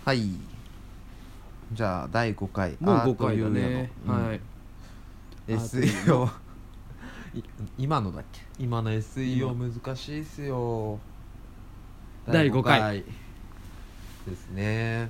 はい。じゃあ第5回もう5回だね。はい。 SEO 今のだっけ。今の SEO 難しいっすよ。 第5回ですね。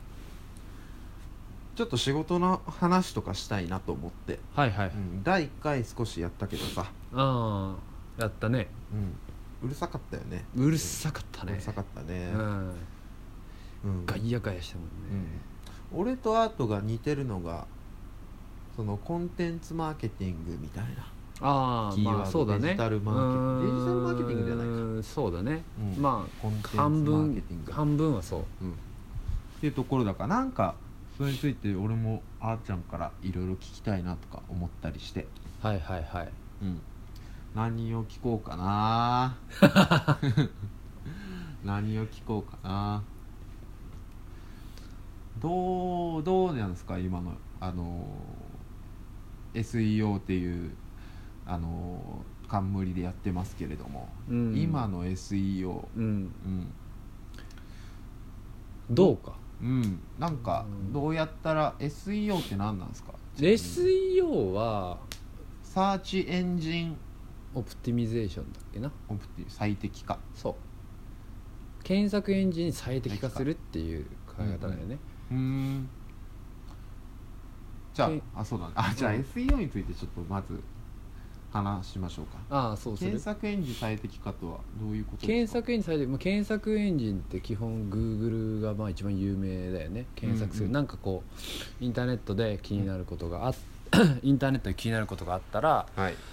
ちょっと仕事の話とかしたいなと思って、 はいはい。 第1回少しやったけどさ、 やったね。 うるさかったよね。 うるさかったね。 うるさかったね。 ガヤガヤしたもんね。 俺とアートが似てるのがそのコンテンツマーケティングみたいなキーワード、 そうだね。 デジタルマーケティング、デジタルマーケティングじゃないか。 そうだね。 コンテンツマ半ーケティング半分はそう。 っていうところだから、なんかそれについて俺もあーちゃんからいろいろ聞きたいなとか思ったりして、 はいはいはい。 何を聞こうかな何を聞こうかな。どうなんですか今のSEO っていう冠でやってますけれども、今の SEO、 どうか。 なんかどうやったら SEO って何なんですか。 SEO はサーチエンジンオプティミゼーションだっけな。 最適化。 そう、検索エンジンに最適化するっていう考え方だよね。 じゃあそうだね。じゃあ SEO についてちょっとまず話しましょうか。 そうする。 検索エンジン最適化とはどういうことですか。 検索エンジン最適化、検索エンジンって基本 Google が一番有名だよね。検索する、なんかこうインターネットで気になることがインターネットで気になることがあったら、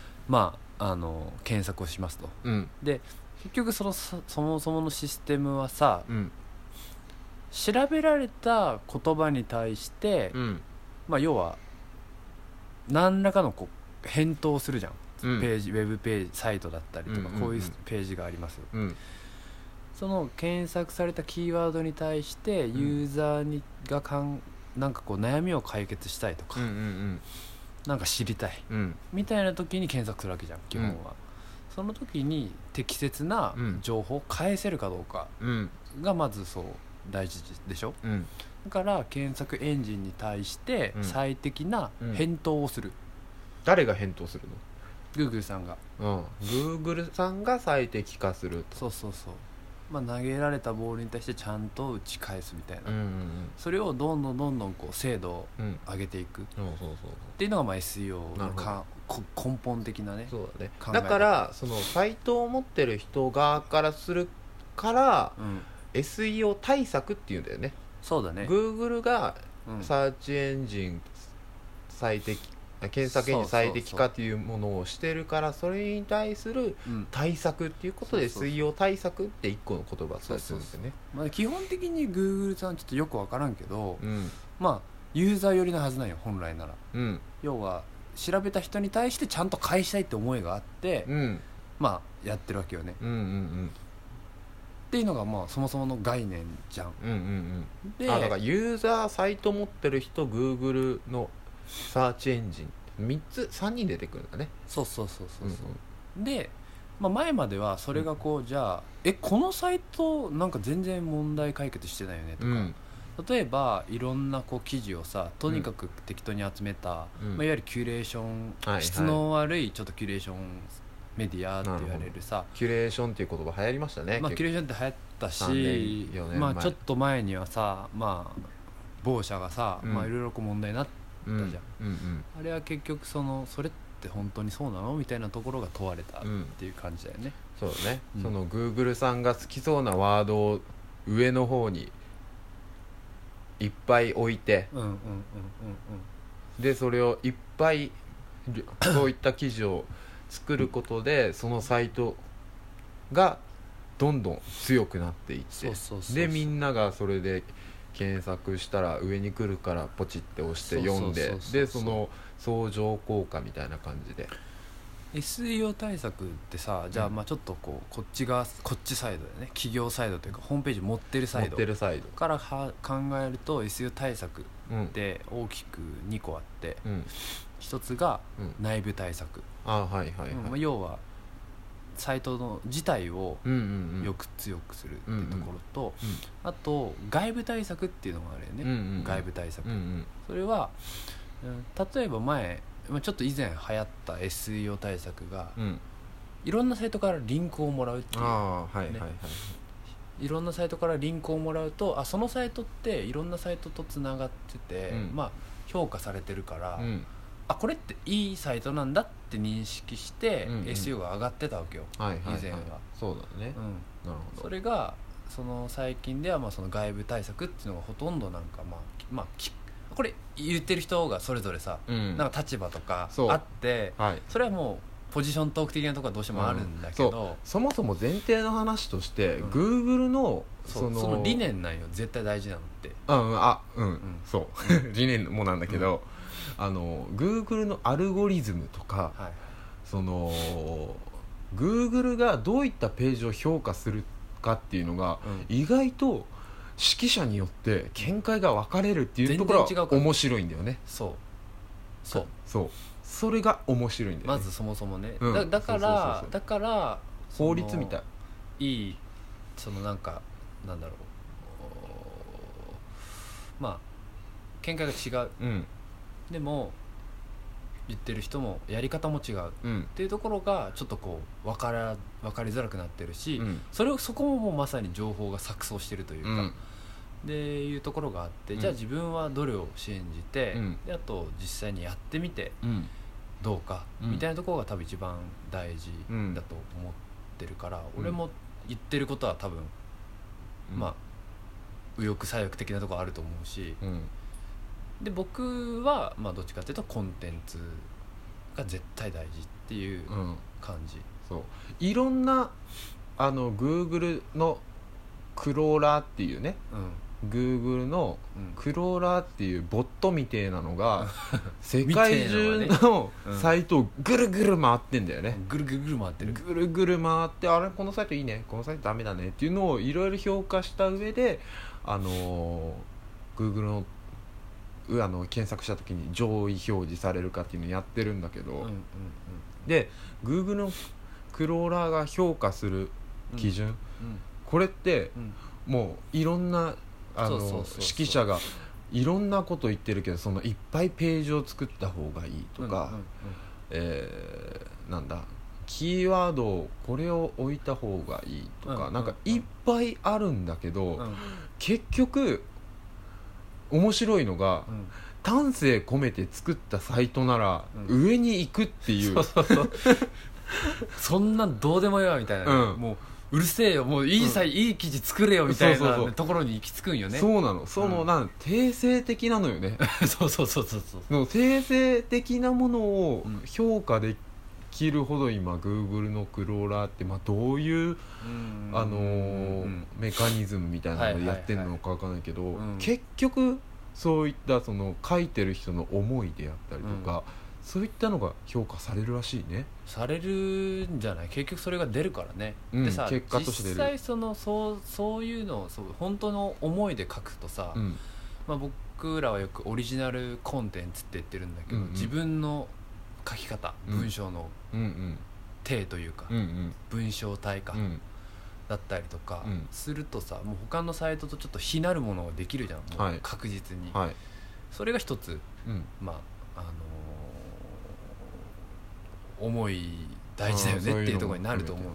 検索をしますと。で結局そもそものシステムはさ、調べられた言葉に対して、要は何らかの返答をするじゃん。ページ、ウェブページサイトだったりとか、こういうページがあります、その検索されたキーワードに対してユーザーがなんかこう悩みを解決したいとか、なんか知りたい、みたいな時に検索するわけじゃん基本は。その時に適切な情報を返せるかどうかがまずそう大事でしょ。だから検索エンジンに対して最適な返答をする。 誰が返答するの。 Google さんが。 Google さんが最適化すると。 そう、投げられたボールに対してちゃんと打ち返すみたいな、それをどんどんこう精度を上げていくっていうのがSEO の根本的なね。 そうだね。だからそのサイトを持ってる人側からするから、SEO 対策っていうんだよね。 そうだね。 Google がサーチエンジン最適、検索エンジン最適化っていうものをしてるから、それに対する対策っていうことで SEO 対策って一個の言葉だったりするんですよね。 基本的に Google さんちょっとよく分からんけど、ユーザー寄りなはずなんよ本来なら。要は調べた人に対してちゃんと返したいって思いがあって、やってるわけよね。っていうのがそもそもの概念じゃん。 でだからユーザーサイト持ってる人 Google のサーチエンジン3人出てくるんだね。 そう、で、前まではそれがじゃあこのサイトなんか全然問題解決してないよねとか、例えばいろんな記事をさとにかく適当に集めた、いわゆるキュレーション、質の悪いちょっとキュレーションメディアって言われるさ。 キュレーションっていう言葉流行りましたね。 キュレーションって流行ったし、ちょっと前にはさ某社がさ、いろいろ問題になったじゃん。あれは結局それって本当にそうなのみたいなところが問われたっていう感じだよね。 そうだね。その Google さんが好きそうなワードを上の方にいっぱい置いて、でそれをいっぱいそういった記事を作ることでそのサイトがどんどん強くなっていって、でみんながそれで検索したら上に来るからポチって押して読んで、でその相乗効果みたいな感じで SEO 対策ってさ、じゃあちょっとこっちサイドだよね。企業サイドというかホームページ持ってるサイドから考えると SEO 対策って大きく2個あって、一つが内部対策。要はサイトの自体をよく強くするっていうところと、あと外部対策っていうのがあるよね、外部対策、それは、例えば前ちょっと以前流行った SEO 対策が、いろんなサイトからリンクをもらうっていう、いろんなサイトからリンクをもらうと、そのサイトっていろんなサイトとつながってて、評価されてるから、これっていいサイトなんだって認識して、SEO が上がってたわけよ、以前は。 そうだね、なるほど。 それがその最近ではその外部対策っていうのがほとんどなんかこれ言ってる人がそれぞれさ、なんか立場とかあって、それはもうポジショントーク的なところはどうしてもあるんだけど、 そもそも前提の話として、Google のその理念なんよ、絶対大事なのって。 そう理念もなんだけど、Google のアルゴリズムとか、その Google がどういったページを評価するかっていうのが、意外と識者によって見解が分かれるっていうところは面白いんだよね。それが面白いんだよね、 まずそもそもね。だから法律みたい、 いいそのなんかなんだろう、見解が違う、でも言ってる人もやり方も違う、っていうところがちょっとこう分かりづらくなってるし、そこももうまさに情報が錯綜してるというか、でいうところがあって、じゃあ自分はどれを信じて、であと実際にやってみて、どうか、みたいなところが多分一番大事だと思ってるから、俺も言ってることは多分、右翼左翼的なところあると思うし、で僕はどっちかっていうとコンテンツが絶対大事っていう感じ、 そういろんなGoogle のクローラーっていうね、Google のクローラーっていうボットみてえなのが世界中のサイトをぐるぐる回ってんだよね。 ぐるぐる回ってる。 ぐるぐる回って、あれこのサイトいいね、このサイトダメだねっていうのをいろいろ評価した上で、Google の検索した時に上位表示されるかっていうのをやってるんだけど、で Google のクローラーが評価する基準、これって、もういろんな識者がいろんなこと言ってるけど、そのいっぱいページを作った方がいいとか、なんだキーワードをこれを置いた方がいいとか、なんかいっぱいあるんだけど、結局面白いのが、丹精込めて作ったサイトなら上に行くっていう、 そんなんどうでもいいわみたいな、もううるせえよ、もういい記事作れよみたいなところに行き着くんよね。 そうなの、定性的なのよね。そう定性的なものを評価できるほど今 Google のクローラーってどういうメカニズムみたいなのでやってるのか分からないけど、結局そういったその書いてる人の思いであったりとか、そういったのが評価されるらしいね。 されるんじゃない、結局それが出るからね、でさ、 結果として出る。 実際そういうのを本当の思いで書くとさ、僕らはよくオリジナルコンテンツって言ってるんだけど、自分の書き方、文章の体というか、文章体か、だったりとかするとさ、もう他のサイトとちょっと非なるものができるじゃん、もう確実に、それが一つ、思い大事だよねっていうところになると思う。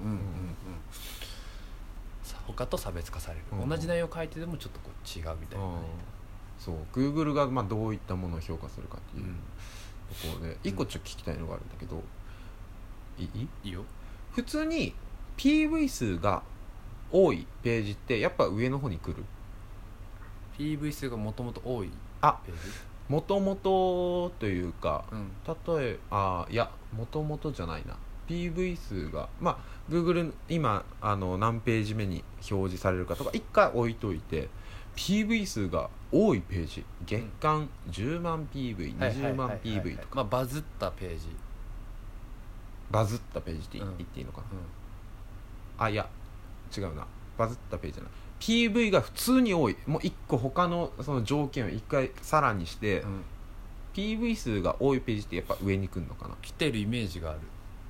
他と差別化される、同じ内容を書いてでもちょっとこう違うみたいな、 そう Google がどういったものを評価するかっていうところで、一個ちょっと聞きたいのがあるんだけど、いいよ。普通に PV 数が多いページってやっぱ上の方に来る？ PV 数がもともと多いページ？ もともとというか、例えいやもともとじゃないな、 PV 数がGoogle 今何ページ目に表示されるかとか一回置いといて、 PV 数が多いページ、月間10万 PV、20万 PV とか、 バズったページ、 バズったページって言っていいのかな、いや違うな、バズったページじゃない、PV が普通に多い、もう一個他のその条件を一回さらにして、PV 数が多いページってやっぱ上に来るのかな。 来てるイメージがある。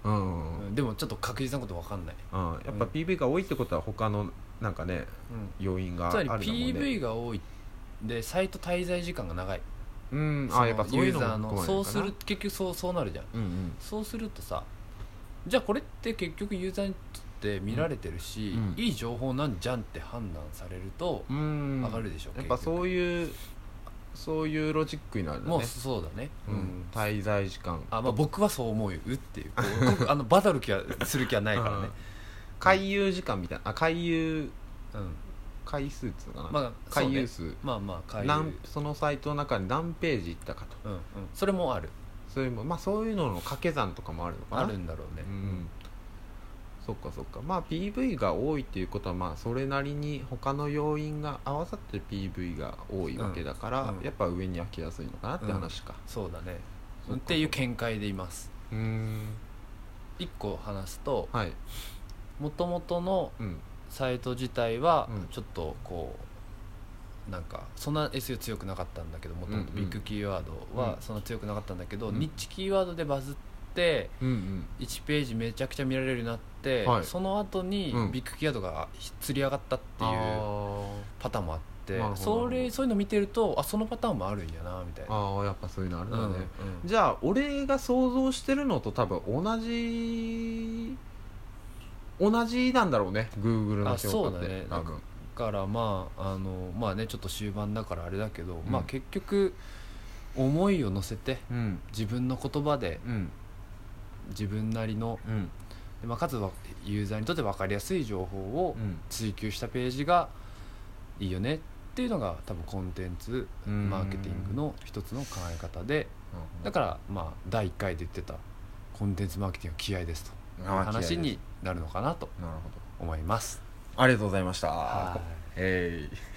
でもちょっと確実なこと分かんない、 やっぱ PV が多いってことは他のなんかね、要因があるのもね。 つまり PV が多いでサイト滞在時間が長い、 やっぱそういうのもユーザーのそうする結局そうなるじゃん、そうするとさ、じゃあこれって結局ユーザーにとって見られてるし、いい情報なんじゃんって判断されると上がるでしょ。 やっぱそういうロジックになるんだね。 もうそうだね、 滞在時間、 僕はそう思うっていうバトルする気はないからね。 回遊時間みたいな、回遊回数っていうのかな、回遊数、そのサイトの中に何ページいったかと、 それもある。 そういうのの掛け算とかもあるのかな。 あるんだろうね。 そっか。PV が多いっていうことはそれなりに他の要因が合わさって PV が多いわけだから、やっぱ上には来やすいのかなって話か。 そうだねっていう見解でいます。一個話すと、もともとのサイト自体はちょっとこうなんかそんな SEO 強くなかったんだけど、もともとビッグキーワードはそんな強くなかったんだけど、ニッチキーワードでバズって1ページめちゃくちゃ見られるようになって、その後にビッグキーワードが釣り上がったっていうパターンもあって、そういうの見てるとそのパターンもあるんやなみたいな。 やっぱそういうのあるんだね。じゃあ俺が想像してるのと多分同じなんだろうね、 Google の評価って。 そうだね。だからちょっと終盤だからあれだけど、結局思いを乗せて、自分の言葉で、自分なりの、かつユーザーにとって分かりやすい情報を追求したページがいいよねっていうのが多分コンテンツマーケティングの一つの考え方で、だから第1回で言ってたコンテンツマーケティングは気合ですという話になるのかなと思います。 ありがとうございました。